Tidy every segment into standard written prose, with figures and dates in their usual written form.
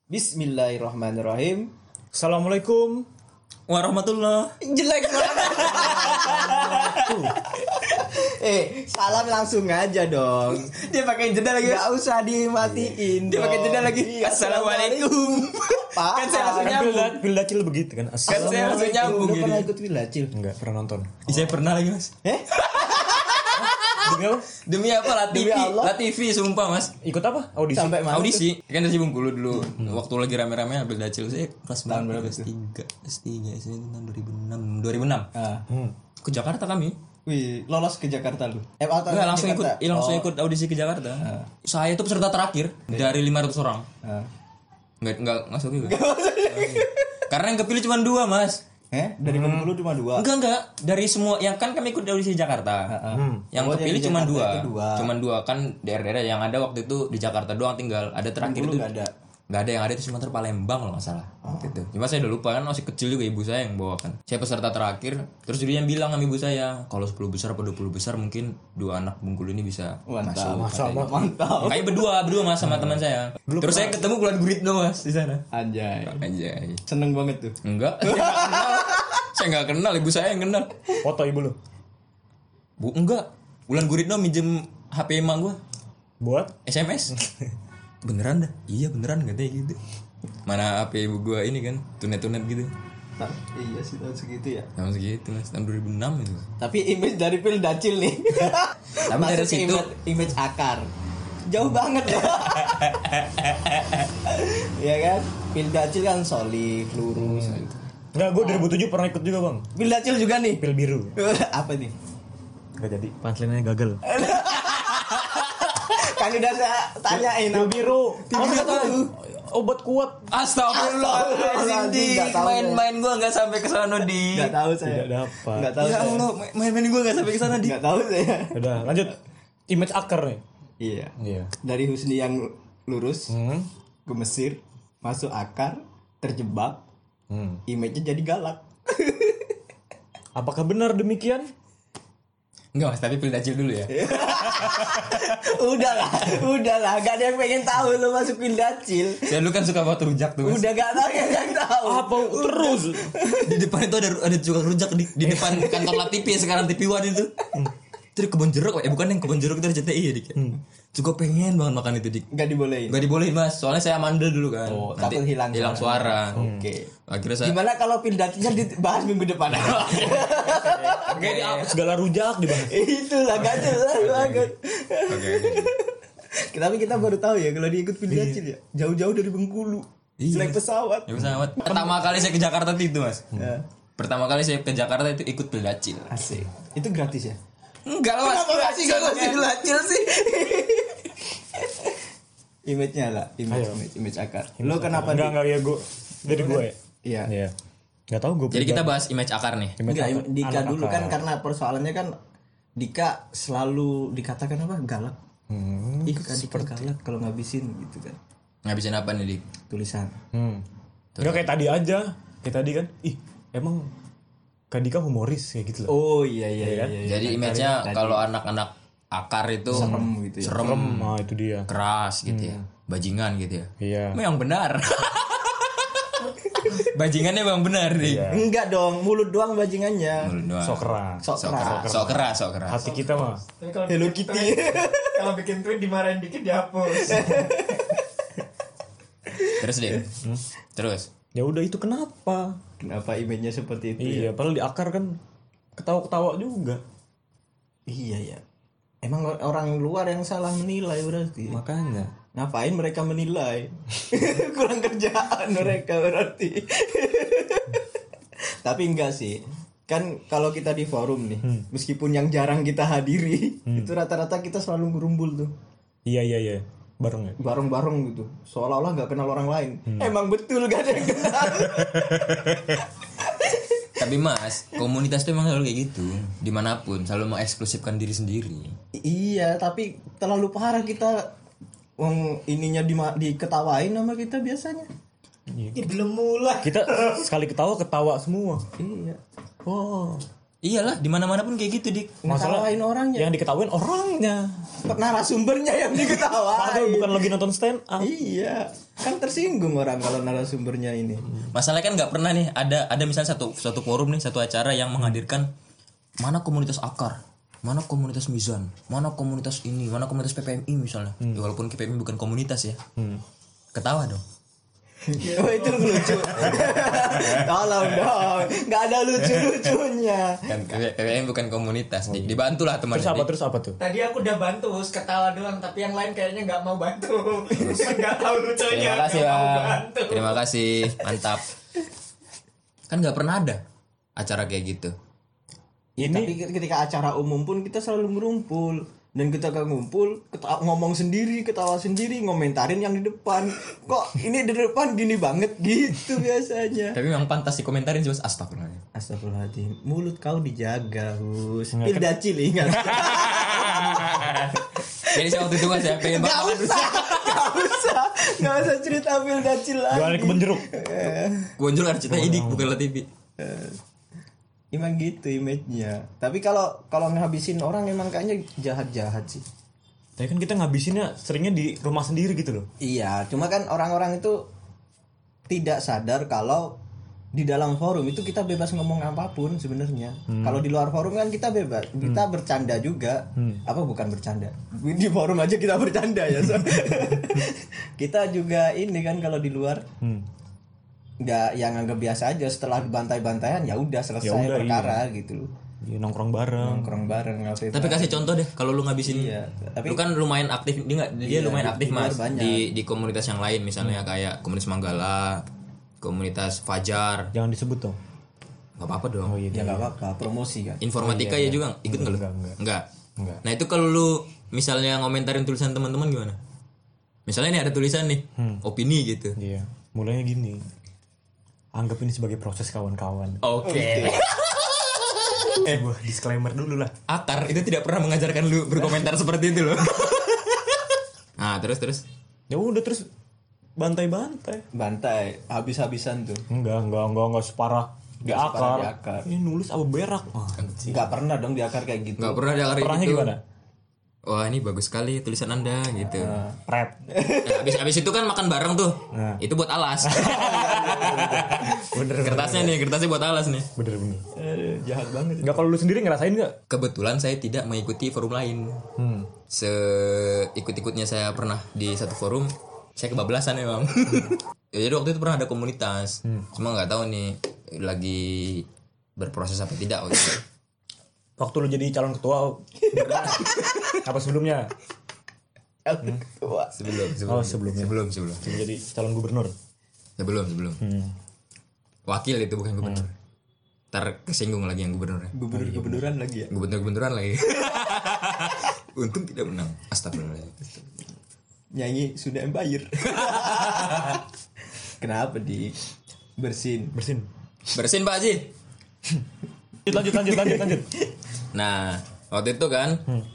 Bismillahirrahmanirrahim. Assalamualaikum warahmatullah. Jelek banget. Salam langsung aja dong. Dia pakai jeda lagi. Gak usah dimatiin. Dia pakai jeda lagi. Assalamualaikum. Kan saya langsung nyambung. Pildacil begitu kan. Kan saya langsung nyambung Lu gitu. pernah ikut Pildacil? Enggak pernah nonton. Saya pernah lagi, Mas. Demi apa? Demi apa? Demi Allah. Latifi sumpah, Mas. Ikut apa? Audisi. Sampai mana? Audisi. Kan dari Bengkulu dulu. Waktu lagi rame-rame ambil dacil saya kelas Tahun berapa kelas itu? 3. SD tahun 2006. Ah. Ke Jakarta kami. Wih, lolos ke Jakarta lu. Atau Enggak, langsung ikut, Jakarta? langsung ikut audisi ke Jakarta. Saya itu peserta terakhir dari 500 orang. Enggak masuk juga. Karena yang kepilih cuma 2, Mas. Dari Bengkulu cuma 2. Enggak. Dari semua yang kan kami ikut audisi Jakarta. Yang Oh, kepilih yang di cuma Jakarta 2. itu 2. Cuma 2 kan daerah-daerah yang ada waktu itu di Jakarta doang tinggal. Ada terakhir Bengkulu itu nggak ada. Enggak ada, yang ada itu Sumatera Palembang kalau enggak salah. Waktu itu. Cuma saya udah lupa kan masih kecil juga ibu saya yang bawa kan. Saya peserta terakhir, terus dia yang bilang sama ibu saya, kalau 10 besar atau 20 besar mungkin 2 anak Bengkulu ini bisa Mantap. masuk. Mantap. Kayak berdua Mas sama teman saya. Terus saya ketemu bulan Guritno Mas di sana. Anjay. Anjay. Seneng banget tuh. Enggak. Saya enggak kenal, ibu saya yang kenal. Foto ibu lu. Bu, enggak. Bulan Guritno minjem HP emak gua. Buat SMS. Beneran dah. Iya beneran katanya gitu. Mana HP ibu gua ini kan, tunet-tunet gitu. Iya sih tahun segitu ya. Tahun segitu Mas, tahun 2006 itu. Tapi image dari Pildacil nih. Tapi dari Masuk ke situ image akar. Jauh banget ya. Iya kan? Pildacil kan solid, lurus gitu. enggak, gue 2007 pernah ikut juga, Bang. Pildacil juga nih. Pil biru. Apa nih? Enggak jadi. Punchline-nya gagal. Kan udah saya tanyain. Pil biru. Masa tahu? Obat kuat. Astagfirullahaladzim, Dik. Nggak tahu, Main-main gua enggak sampai ke sana, Dik. Enggak tahu saya. Tidak dapat. Enggak tahu. Ya saya. Allah, main-main gua enggak sampai ke sana, Dik. Enggak tahu saya. Udah, lanjut. Image akar nih. Iya. Iya. Dari Husni yang lurus Hmm. ke Mesir, masuk akar, terjebak, image-nya jadi galak. Apakah benar demikian? Enggak, Mas, tapi Pildacil dulu ya. udahlah, gak ada yang pengen tahu lo masuk Pildacil. Saya dulu kan suka buat rujak tuh, Mas. Udah gak tahu yang tahu. Apa terus? Di depan itu ada tukang rujak di depan kantor Latifi sekarang TV One itu. Itu di kebun jeruk, bukan yang kebun jeruk itu di CTI ya, Dik. Juga pengen banget makan itu, Dik. Gak dibolehin. Gak dibolehin, Mas. Soalnya saya mandel dulu kan. Oh, Nanti takut hilang suara. Oke. Akhirnya saya Gimana kalau Pildacilnya dibahas minggu depan? Kayak segala rujak dibahas. Itulah gak jelas banget. Oke. Tapi kita baru tahu ya kalau diikut Pildacil ya. Jauh-jauh dari Bengkulu. Iya. Naik pesawat. Ya pesawat. Pertama kali saya ke Jakarta itu, Mas. Ya. Pertama kali saya ke Jakarta itu ikut Pildacil. Asik. Itu gratis ya? Enggak lah, Mas. Kenapa masih gak ngasih Pildacil sih? Image-nya lah, image akar. Lo kenapa Enggak ya gue. Dari gue ya. Iya. Iya. Enggak tahu gue. Jadi kita bahas image akar nih. Enggak, Dika anak dulu akar. kan karena persoalannya kan Dika selalu dikatakan apa? Galak. Ih, Kak Dika galak kalau ngabisin gitu kan. Ngabisin apa nih, Dik? Tulisan. Enggak kayak tadi aja. Kayak tadi kan. Ih, emang Kadika humoris kayak gitu loh. Oh iya. Jadi image-nya kalau anak-anak akar itu Serem gitu ya. serem, Nah, itu dia. keras gitu ya. Bajingan gitu ya. Iya. Memang benar. Bajingannya memang benar nih. Enggak dong, mulut doang bajingannya. Mulut doang. Sok keras. Sok keras. Hati kita mah. Hello Kitty. Kalau bikin tweet dimarahin dikit dihapus. Terus deh. Terus. Ya udah itu kenapa? Kenapa image-nya seperti itu? Iya, padahal di akar kan ketawa-ketawa juga. Iya ya. Emang orang luar yang salah menilai berarti. Makanya. Ngapain mereka menilai? Kurang kerjaan mereka berarti. Tapi enggak sih. Kan kalau kita di forum nih, meskipun yang jarang kita hadiri, itu rata-rata kita selalu ngerumbul tuh. Iya. Bareng ya. Bareng-bareng gitu. Seolah-olah gak kenal orang lain. Emang betul gak ada yang kenal. Tapi Mas, komunitas itu emang selalu kayak gitu. Dimanapun selalu mengeksklusifkan diri sendiri. Iya, tapi terlalu parah kita. Wong ininya diketawain sama kita biasanya. Ini belum mulai. Kita sekali ketawa semua. Iya. Oh, Iyalah, di mana-mana pun kayak gitu, Dik. Ngetawain orangnya. Yang diketawain orangnya. Narasumbernya yang diketawain. Padahal bukan lagi nonton stand up. Iya, kan tersinggung orang kalau narasumbernya ini. Masalahnya kan nggak pernah nih ada misalnya satu forum nih, satu acara yang menghadirkan mana komunitas akar, mana komunitas mizan, mana komunitas ini, mana komunitas PPMI misalnya. Ya, walaupun PPMI bukan komunitas ya. Ketawa dong. Oh, itu lucu. Tolong dong, nggak ada lucu-lucunya. Kan PPMI bukan komunitas. Dibantulah teman. Terus apa tuh? Tadi aku udah bantu, ketawa doang, tapi yang lain kayaknya nggak mau bantu. Nggak tahu lucunya. Terima kasih, nggak mau Bang. bantu. Terima kasih, mantap. Kan nggak pernah ada acara kayak gitu. Ya, tapi ketika acara umum pun kita selalu ngumpul. Dan kita ngumpul, ngomong sendiri, ketawa sendiri, ngomentarin yang di depan. Kok ini di depan gini banget gitu biasanya. Tapi memang pantas dikomentarin sih, Mas. Astagfirullah. Astagfirullahaladzim, mulut kau dijaga, Hus. Pilda Cili ingat. Jadi saya waktu itu Mas ya pengen Gak banget usah cerita Pilda Cili lagi. Jualan kebun jeruk. Gonjol harus cerita idik bukan TV. Emang gitu image-nya. Tapi kalau ngabisin orang emang kayaknya jahat-jahat sih. Tapi kan kita ngabisinnya seringnya di rumah sendiri gitu loh. Iya, cuma kan orang-orang itu tidak sadar kalau di dalam forum itu kita bebas ngomong apapun sebenarnya. Kalau di luar forum kan kita bebas, kita bercanda juga. Apa bukan bercanda? Di forum aja kita bercanda ya. So. Kita juga ini kan kalau di luar nggak yang anggap biasa aja, setelah bantai-bantaian ya udah selesai perkara gitu loh. Ya, nongkrong bareng. Tapi kasih contoh deh kalau lu ngabisin. Iya, tapi lu kan lumayan aktif, dia lumayan aktif Mas di komunitas yang lain misalnya kayak komunitas Manggala, komunitas Fajar. Jangan disebut dong. Enggak apa-apa dong. ya nggak apa-apa, promosi kan. Informatika ya juga ikut enggak lu? Enggak. Nah, itu kalau lu misalnya ngomentarin tulisan teman-teman gimana? Misalnya nih ada tulisan nih, opini gitu. Iya. Mulainya gini. Anggap ini sebagai proses kawan-kawan. Oke. Sebuah disclaimer dulu lah. Akar itu tidak pernah mengajarkan lu berkomentar seperti itu loh. Nah, terus. Ya udah terus bantai-bantai. Bantai habis-habisan tuh. Enggak separah di akar. Ini nulis apa berak? Nggak pernah dong di akar kayak gitu. Enggak pernah di akar Pernahnya gitu. gimana? Wah, ini bagus sekali tulisan Anda gitu. Red. Nah, habis itu kan makan bareng tuh. Nah. Itu buat alas. Bener. Kertasnya buat alas nih. Bener. Jahat banget. Enggak, kalau lu sendiri ngerasain enggak? Kebetulan saya tidak mengikuti forum lain. Seikut-ikutnya saya pernah di satu forum, saya kebablasan memang. Ya, jadi waktu itu pernah ada komunitas. Cuma nggak tahu nih lagi berproses apa tidak waktu itu. Waktu lu jadi calon ketua apa sebelumnya? Sebelumnya. Sebelum. Jadi calon gubernur. Sebelum. Wakil itu bukan gubernur. Ntar kesinggung lagi yang gubernurnya. Gubernur-gubernuran lagi ya. Gubernur-gubernuran lagi. Untung tidak menang. Astagfirullah. Nyanyi sudah empire. Kenapa di bersin? Bersin Pak Haji. Lanjut. Nah, waktu itu kan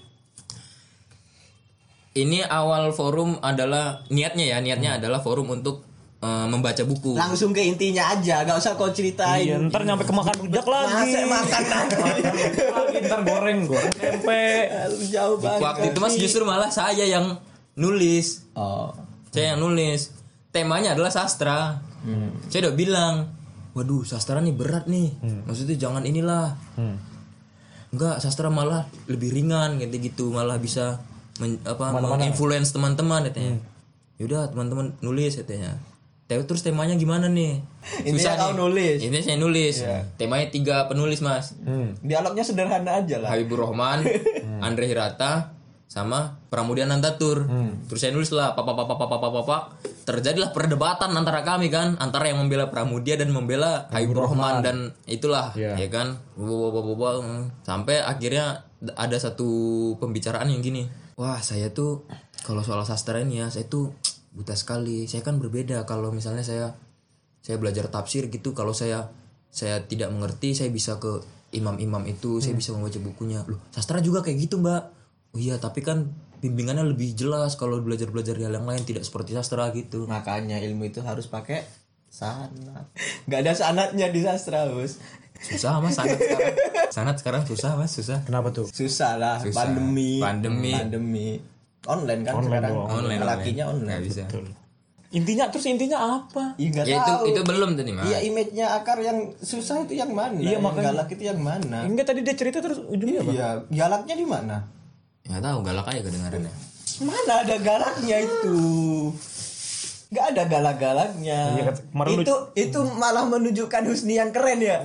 ini awal forum adalah niatnya adalah forum untuk membaca buku. Langsung ke intinya aja, gak usah kau ceritain. Iya, ntar nyampe ke makan rujak lagi. Makan lagi ntar goreng tempe. Jauh banget. Waktu itu Mas justru malah saya yang nulis. Oh. Saya yang nulis. Temanya adalah sastra. Saya udah bilang, waduh sastra nih berat nih. Maksudnya jangan inilah. Enggak, sastra malah lebih ringan gitu, malah bisa influence teman-teman katanya. Yaudah teman-teman nulis katanya. Terus temanya gimana nih? Intinya kau nulis. Ini saya nulis. Temanya 3 penulis Mas. Dialognya sederhana aja lah. Habibur Rahman, Andre Hirata, sama Pramudia Nantatur. Terus saya nulis lah papa. Terjadilah perdebatan antara kami kan, antara yang membela Pramudia dan membela Habibur Rahman dan itulah ya kan. Sampai akhirnya ada satu pembicaraan yang gini. Wah, saya tuh kalau soal sastra ini ya, saya tuh buta sekali. Saya kan berbeda kalau misalnya saya belajar tafsir gitu, kalau saya tidak mengerti, saya bisa ke imam-imam itu, saya bisa membaca bukunya. Loh, sastra juga kayak gitu, Mbak. Oh iya, tapi kan bimbingannya lebih jelas kalau belajar yang lain, tidak seperti sastra gitu. Makanya ilmu itu harus pakai sanad. Gak ada sanadnya di sastra, Bos. Susah Mas sanad sekarang. Sanat sekarang susah mas, susah. Kenapa tuh? Susah lah, Susah. pandemi. Pandemi. Online kan Online sekarang. doang. Online. Lakinya Nggak online. bisa. Intinya apa? Iya enggak Ya tahu. itu belum tadi mas. Iya, image-nya Akar yang susah itu yang mana? Iya, Yang makanya. galak itu yang mana? Enggak, tadi dia cerita terus ujungnya apa? Iya, galaknya di mana? Nggak tahu, galak aja kedengarannya. Mana ada galaknya itu? Nggak ada galak-galaknya. Iya, kan, kemarin Itu malah menunjukkan Husni yang keren ya.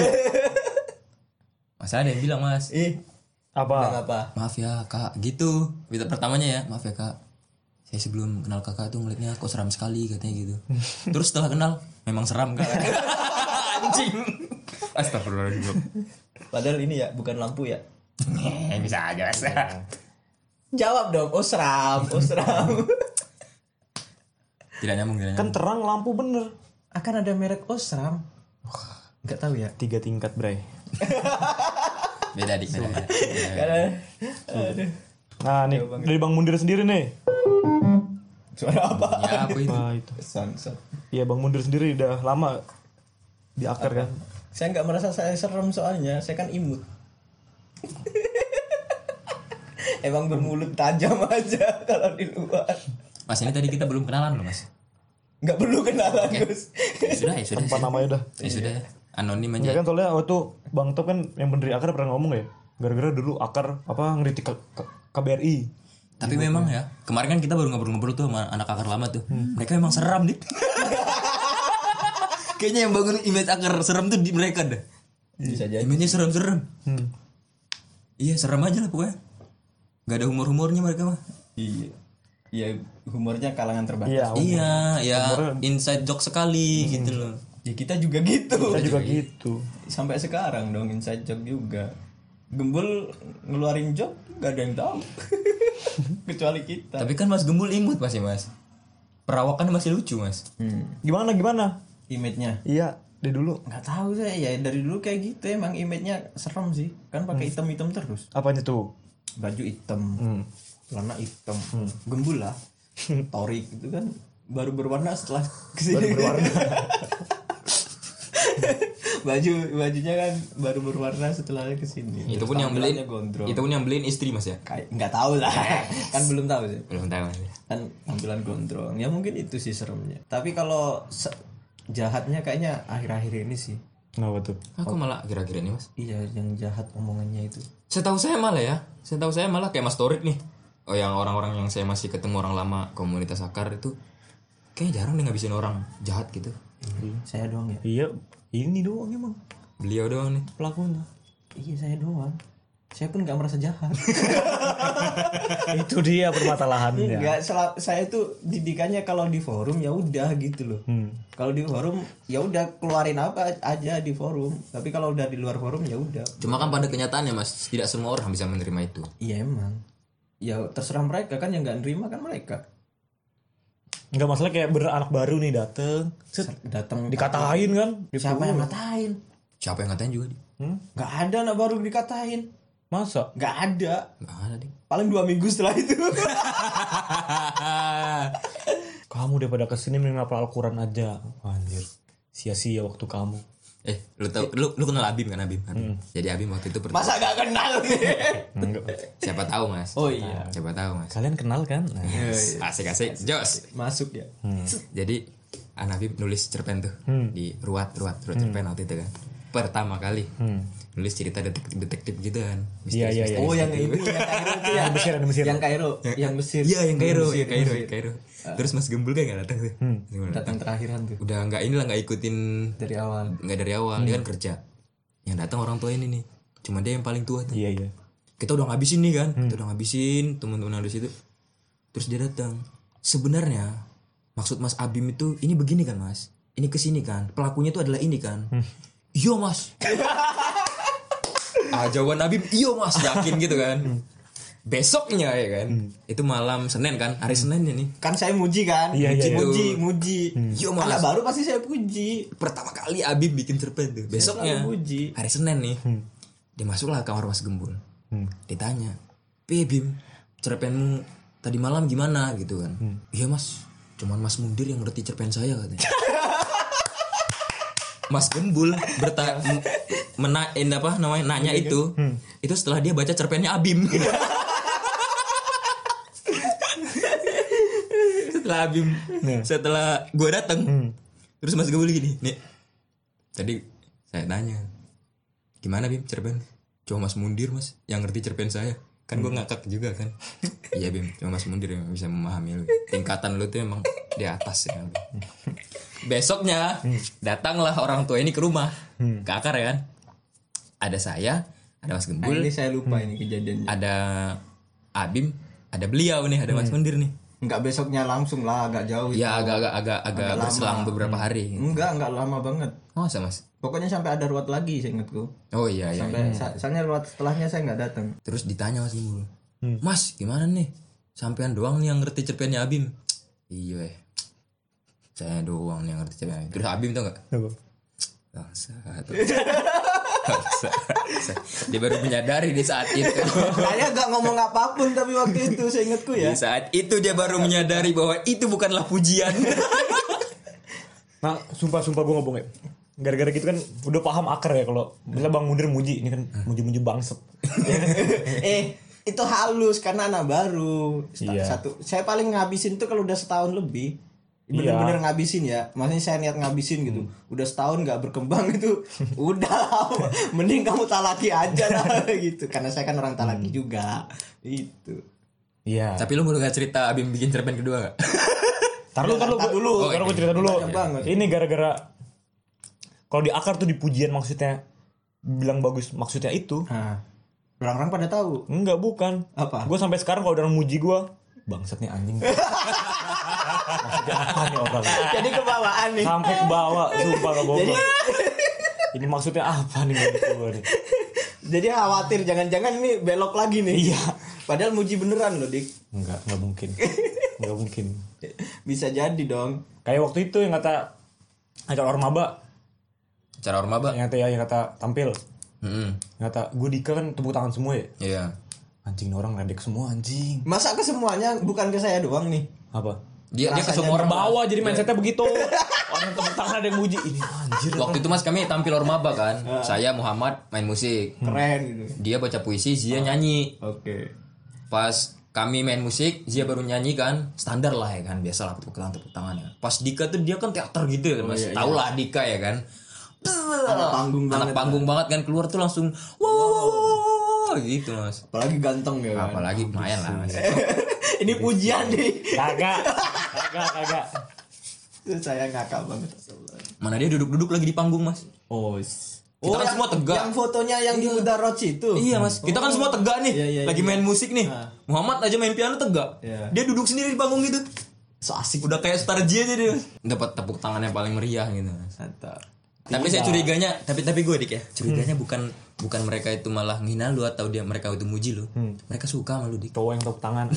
Mas ada yang bilang mas, Apa? Bilang apa? maaf ya kak, gitu. Berita pertamanya ya, maaf ya kak. Saya sebelum kenal kakak tuh ngeliatnya kok seram sekali katanya gitu. Terus setelah kenal, memang seram kak. Anjing. Astagfirullahaladzim. Padahal ini ya bukan lampu ya. Bisa aja mas. Jawab dong. Oh seram. Tidak nyambung. Kan terang lampu bener. Akan ada merek Osram. Nggak tahu ya. 3 tingkat, Bray. Beda dik. Karena aduh. Nah, nih dari Bang Mundir sendiri nih. Suara apa? Ya apa itu? Wah, itu. Son. Iya, Bang Mundir sendiri udah lama di Akar kan. Saya nggak merasa saya serem soalnya saya kan imut. Emang bermulut tajam aja kalau di luar. Mas ini tadi kita belum kenalan loh mas. Nggak perlu kenalan Gus. Ya sudah. Tanpa namanya dah. Ya sudah. Anonim Enggak aja. kan, soalnya waktu Bang Top kan yang pendiri Akar pernah ngomong ya. Gara-gara dulu Akar ngeritik KBRI. Tapi memang ya, kemarin kan kita baru ngobrol-ngobrol tuh sama anak Akar lama tuh. Mereka memang seram dik. Kayaknya yang bangun image Akar serem tuh di mereka dah. Bisa jadi. Image-nya serem-serem. Iya serem aja lah pokoknya. Gak ada humor-humornya mereka mah. Iya. Iya, humornya kalangan terbatas. Iya, Iya, ya inside joke sekali gitu loh. Ya kita juga gitu. kita juga gitu. Sampai sekarang dong inside joke juga. Gembul ngeluarin joke gak ada yang tahu. Kecuali kita. Tapi kan Mas Gembul imut masih mas. Perawakannya masih lucu mas. Gimana? Image-nya Iya, dari dulu. nggak tahu saya ya dari dulu kayak gitu emang image-nya serem sih. Kan pakai hitam-hitam terus. Apanya tuh? Baju hitam. Celana hitam. Gembul lah. Torik itu kan baru berwarna setelah kesini. Bajunya kan baru berwarna setelah kesini. Itu pun yang beliin. gondrong. Itu pun yang beliin istri mas ya. Kayak nggak tahu lah. Kan belum tahu sih. Belum tahu mas. Kan tampilan gondrong. Ya mungkin itu sih seremnya. Tapi kalau jahatnya kayaknya akhir-akhir ini sih. Kenapa tuh? Aku malah kira-kira ini mas. Iya, yang jahat omongannya itu. Setahu saya malah kayak Mas Torik nih. Oh yang orang-orang yang saya masih ketemu orang lama komunitas Akar itu kayak jarang nih ngabisin orang jahat gitu. Saya doang ya. Iya, ini doang emang Beliau doang nih. pelakunya. Iya, saya doang. Saya pun nggak merasa jahat. Itu dia permasalahannya. Enggak, saya tuh didikannya kalau di forum ya udah gitu loh. Kalau di forum ya udah keluarin apa aja di forum. Tapi kalau udah di luar forum ya udah. Cuma kan pada kenyataannya mas, tidak semua orang bisa menerima itu. Iya emang. Ya terserah mereka kan yang nggak nerima kan mereka. Enggak masalah kayak bener anak baru nih dateng, Datang dikatain kan? siapa yang ngatain? Siapa yang ngatain juga di? Nggak ada anak baru dikatain. Masa? Nggak ada. Nggak ada deh. Paling 2 minggu setelah itu. Kamu daripada kesini mending hafal Al-Quran aja. Anjir, sia-sia waktu kamu. Lu tau, lu kenal Abim kan Abim? Jadi Abim waktu itu Masa nggak kenal? Enggak. siapa tahu mas? Oh iya. Siapa tahu mas? Kalian kenal kan? Nah, Asik-asik, jos. Masuk ya. Jadi Abim nulis cerpen tuh di ruat cerpen waktu itu kan. Pertama kali nulis cerita detektif gitu kan. Iya. Oh yang ini yang Kairo itu ya. Yang Mesir. Yang Kairo, yang Mesir. Iya yang Kairo. Mesir. Terus Mas Gembul kan nggak datang tuh. Datang terakhiran tuh Udah nggak ikutin dari awal. nggak dari awal dia kan kerja. Yang datang orang tua ini nih. Cuma dia yang paling tua tuh. Iya. Kita udah ngabisin nih kan. Kita udah ngabisin teman-teman ada di situ. Terus dia datang. Sebenarnya maksud Mas Abim itu ini begini kan Mas. Ini kesini kan. Pelakunya itu adalah ini kan. Iya Mas. Jawaban Abim iya Mas. Yakin gitu kan. Besoknya ya kan. Itu malam Senin kan. Hari Seninnya nih. Kan saya muji kan. Iya. Muji. Iya Mas. Anak baru pasti saya puji. Pertama kali Abim bikin cerpen tuh. Besoknya selalu puji. hari Senin nih. Dia masuklah ke kamar Mas Gembul. Ditanya, Bim, cerpenmu tadi malam gimana gitu kan? Iya Mas, cuman Mas Mundir yang ngerti cerpen saya katanya. Mas Gembul nanya itu setelah dia baca cerpennya Abim. Setelah gue datang, terus Mas Gembul gini, nih tadi saya tanya, gimana Bim cerpen? Cuma Mas Mundir Mas yang ngerti cerpen saya. Kan gue ngakak juga kan. Iya Bim, cuma Mas Mundir yang bisa memahami lu. Tingkatan lu tuh emang di atas ya. Besoknya datanglah orang tua ini ke rumah, ke akar ya kan. Ada saya, ada Mas Gembul. Ini saya lupa ini kejadiannya. Ada Abim, ada beliau nih, ada Mas Mundir nih. Enggak besoknya langsung lah, agak jauh. Ya agak berselang beberapa hari. Enggak lama banget. Oh, sama Mas. Pokoknya sampai ada ruat lagi saya ingatku. Oh iya. Sampai soalnya ruat setelahnya saya enggak datang. Terus ditanya Mas Gembul. Mas, gimana nih? Sampean doang nih yang ngerti cerpennya Abim. Iya. Saya doang nih yang ngerti cerpennya. Terus Abim tau enggak? Bangsat. Dia baru menyadari di saat itu. Saya gak ngomong apapun tapi waktu itu saya ingatku ya. Di saat itu dia baru menyadari bahwa itu bukanlah pujian. Nah, sumpah gue ngomong ya. Gara-gara gitu kan udah paham akar ya kalau misalnya Bang Mundir muji, ini kan muji-muji bangset. Itu halus karena anak baru. Iya. Saya paling ngabisin tuh kalau udah setahun lebih. Bener-bener ngabisin ya. Maksudnya saya niat ngabisin gitu. Udah setahun gak berkembang gitu. Udah lah. Mending kamu talaki aja lah gitu. Karena saya kan orang talaki juga. Itu. Iya. Tapi lu mau gak cerita Abim bikin cerpen kedua gak? Tar dulu. Gue cerita dulu. Ini gara-gara kalau di akar tuh di pujian maksudnya bilang bagus maksudnya itu. Orang-orang pada tahu. Enggak, bukan. Apa? Gue sampai sekarang kalau orang muji gue, bangsat nih anjing. Maksudnya apa nih orang? Jadi kebawaan nih. Sampai ke bawah, sumpah gak bohong. Ini maksudnya apa nih gue nih? Jadi khawatir jangan-jangan ini belok lagi nih. Iya. Padahal muji beneran loh, Dik. Enggak mungkin. Enggak mungkin. Bisa jadi dong. Kayak waktu itu yang kata acara Ormaba. Acara Ormaba? Yang kata tampil. Yang kata gue Dika kan tepuk tangan semua ya. Iya. Anjing orang ledek semua anjing. Masa ke semuanya bukan ke saya doang nih? Apa? Dia ke semua orang bawah jadi mindsetnya begitu. Orang tepuk tangan ada yang muji. Ini anjir. Waktu itu Mas kami tampil Ormaba kan. Saya Muhammad main musik. Keren gitu. Dia baca puisi, Zia nyanyi. Oke. Pas kami main musik, Zia baru nyanyi kan. Standar lah ya kan, biasalah tepuk tangan ya. Pas Dika tuh dia kan teater gitu ya kan Mas. Tahu lah Dika ya kan. Anak panggung banget kan, keluar tuh langsung wow gitu Mas. Apalagi ganteng ya kan. Apalagi lumayan lah Mas. Ini pujian nih. Kagak. Itu saya ngakak banget. Mana dia duduk-duduk lagi di panggung Mas. Kita kan semua tegak. Yang fotonya yang di Udarot itu. Iya Mas, kita kan semua tegak nih. Iya, lagi main musik nih. Muhammad aja main piano tegak. Iya. Dia duduk sendiri di panggung gitu. So asik. Udah kayak Starji aja dia. Dapat tepuk tangan yang paling meriah gitu Mas. Mantap. Tapi saya curiganya, tapi gue Dik ya. Curiganya bukan mereka itu malah ngina lu atau mereka itu muji lu. Mereka suka sama lu Dik. Cowok yang tepuk tangan.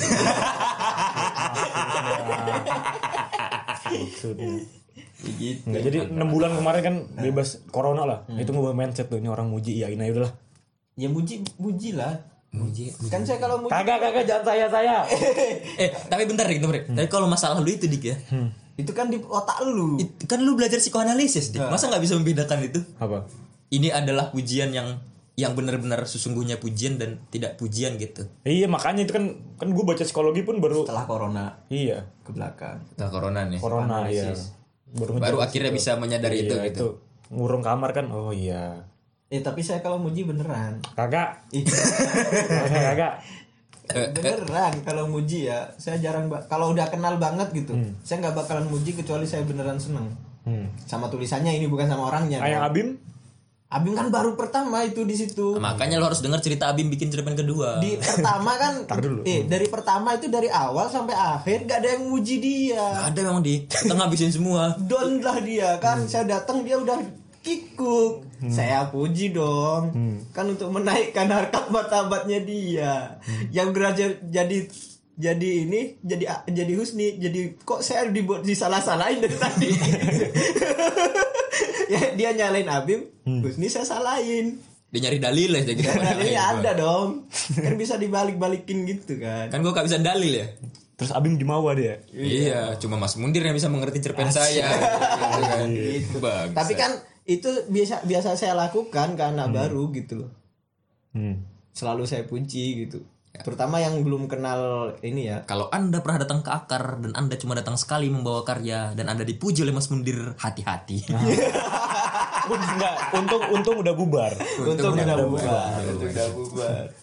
Maksudnya. Gitu. Nggak, jadi 6 bulan kemarin kan bebas corona lah. Itu ngubah mindset tuh, ini orang muji iyain aja udahlah. Ya muji lah. Muji. Kan saya kalau muji Kagak jangan saya. Tapi bentar Dik. Tapi kalau masalah lu itu Dik ya. itu kan di otak lu. Kan lu belajar psikoanalisis Dik. Masa enggak bisa membedakan itu? Apa? Ini adalah pujian yang benar-benar sesungguhnya pujian dan tidak pujian gitu. Iya, makanya itu kan gue baca psikologi pun baru Setelah corona iya, ke belakang. Setelah corona nih. corona iya. Baru akhirnya bisa menyadari Iya, itu gitu. ngurung kamar kan. Oh iya. Tapi saya kalau muji beneran. Kagak. Ih, Kagak. beneran kalau muji ya. Saya jarang kalau udah kenal banget gitu. Saya nggak bakalan muji kecuali saya beneran seneng. Sama tulisannya ini bukan sama orangnya. Ayang kan? Abim kan baru pertama itu di situ. Makanya lo harus dengar cerita Abim bikin cerpen kedua. Di pertama kan dulu. dari pertama itu dari awal sampai akhir gak ada yang muji dia. Gak ada memang Dik. Kita ngabisin semua. Down lah dia kan. Saya datang dia udah kikuk. Saya puji dong. Kan untuk menaikkan harkat martabatnya dia. Yang belajar jadi Husni, jadi kok saya disalah-salahin dari tadi. Ya, dia nyalain Abim, Husni saya salahin. Dia nyari dalil aja gitu. Dalilnya ada dong. Kan bisa dibalik-balikin gitu kan. Kan gue gak bisa dalil ya. terus Abim jumawa dia. Iya, cuma Mas Mundir yang bisa mengerti cerpen saya. Gitu kan. Gitu. Bagus. Tapi kan itu biasa saya lakukan ke anak baru gitu loh. Selalu saya puji gitu. Terutama yang belum kenal ini ya. Kalau Anda pernah datang ke Akar dan Anda cuma datang sekali membawa karya dan Anda dipuji oleh Mas Mundir, hati-hati. Enggak, untung udah bubar. Untung udah bubar.